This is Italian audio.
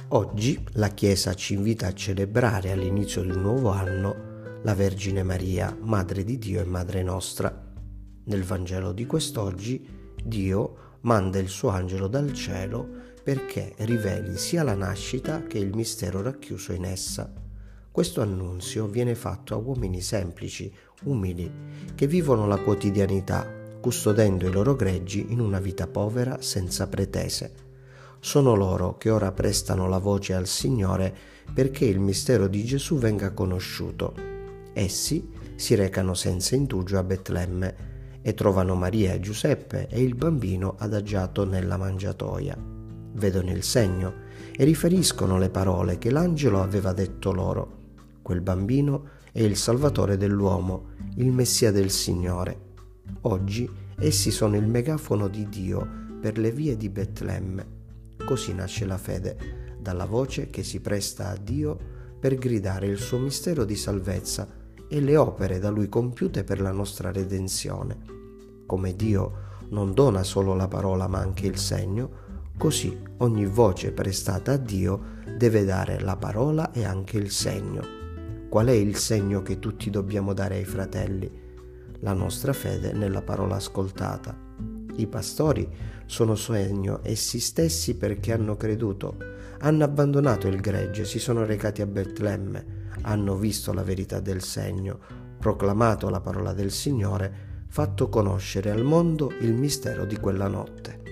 Oggi la Chiesa ci invita a celebrare all'inizio del nuovo anno la Vergine Maria, Madre di Dio e Madre nostra. Nel Vangelo di quest'oggi Dio manda il suo angelo dal cielo perché riveli sia la nascita che il mistero racchiuso in essa. Questo annunzio viene fatto a uomini semplici, umili, che vivono la quotidianità, custodendo i loro greggi in una vita povera senza pretese. Sono loro che ora prestano la voce al Signore perché il mistero di Gesù venga conosciuto. Essi si recano senza indugio a Betlemme e trovano Maria e Giuseppe e il bambino adagiato nella mangiatoia. Vedono il segno e riferiscono le parole che l'angelo aveva detto loro. Quel bambino è il Salvatore dell'uomo, il Messia del Signore. Oggi essi sono il megafono di Dio per le vie di Betlemme. Così nasce la fede, dalla voce che si presta a Dio per gridare il suo mistero di salvezza e le opere da Lui compiute per la nostra redenzione. Come Dio non dona solo la parola ma anche il segno, così ogni voce prestata a Dio deve dare la parola e anche il segno. Qual è il segno che tutti dobbiamo dare ai fratelli? La nostra fede nella parola ascoltata. I pastori sono segno essi stessi perché hanno creduto, hanno abbandonato il gregge, si sono recati a Betlemme, hanno visto la verità del segno, proclamato la parola del Signore, fatto conoscere al mondo il mistero di quella notte.